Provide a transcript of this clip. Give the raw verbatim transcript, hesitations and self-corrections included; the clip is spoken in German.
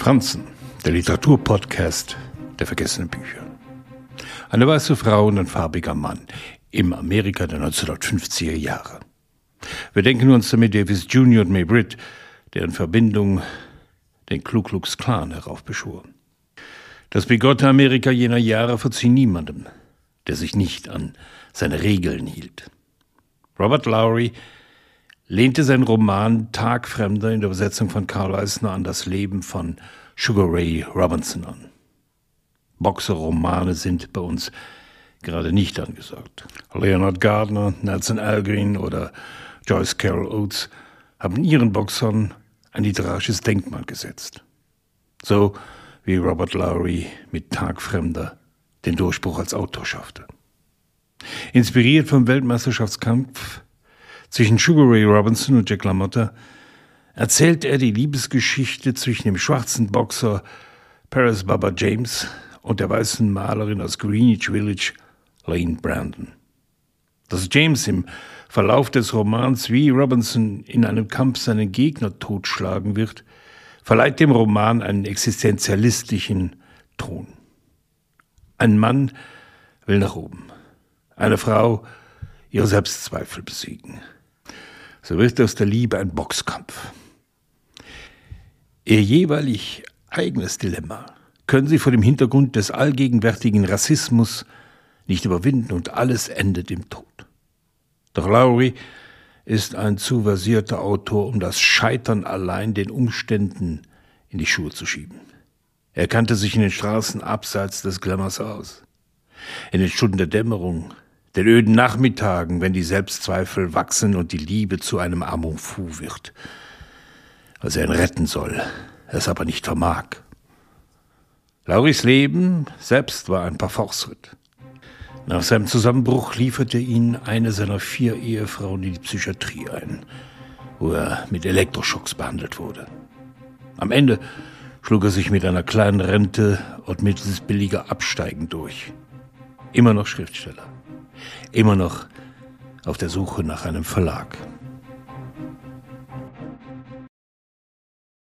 Franzen, der Literaturpodcast der vergessenen Bücher. Eine weiße Frau und ein farbiger Mann im Amerika der neunzehnhundertfünfziger Jahre. Wir denken uns damit Davis Junior und May Britt, deren Verbindung den Ku Klux Klan heraufbeschwor. Das bigotte Amerika jener Jahre verzieh niemandem, der sich nicht an seine Regeln hielt. Robert Lowry lehnte seinen Roman Tagfremder in der Übersetzung von Karl Eisner an das Leben von Sugar Ray Robinson an. Boxerromane sind bei uns gerade nicht angesagt. Leonard Gardner, Nelson Algren oder Joyce Carol Oates haben ihren Boxern ein literarisches Denkmal gesetzt. So wie Robert Lowry mit Tagfremder den Durchbruch als Autor schaffte. Inspiriert vom Weltmeisterschaftskampf zwischen Sugar Ray Robinson und Jack LaMotta erzählt er die Liebesgeschichte zwischen dem schwarzen Boxer Paris Baba James und der weißen Malerin aus Greenwich Village, Lane Brandon. Dass James im Verlauf des Romans wie Robinson in einem Kampf seinen Gegner totschlagen wird, verleiht dem Roman einen existenzialistischen Ton. Ein Mann will nach oben, eine Frau ihre Selbstzweifel besiegen. So wird aus der Liebe ein Boxkampf. Ihr jeweilig eigenes Dilemma können sie vor dem Hintergrund des allgegenwärtigen Rassismus nicht überwinden und alles endet im Tod. Doch Lowry ist ein zu versierter Autor, um das Scheitern allein den Umständen in die Schuhe zu schieben. Er kannte sich in den Straßen abseits des Glamours aus. In den Stunden der Dämmerung, den öden Nachmittagen, wenn die Selbstzweifel wachsen und die Liebe zu einem Amour fou wird, als er ihn retten soll, es aber nicht vermag. Lowrys Leben selbst war ein Parforceritt. Nach seinem Zusammenbruch lieferte ihn eine seiner vier Ehefrauen in die Psychiatrie ein, wo er mit Elektroschocks behandelt wurde. Am Ende schlug er sich mit einer kleinen Rente und mittels billiger Absteigen durch. Immer noch Schriftsteller. Immer noch auf der Suche nach einem Verlag.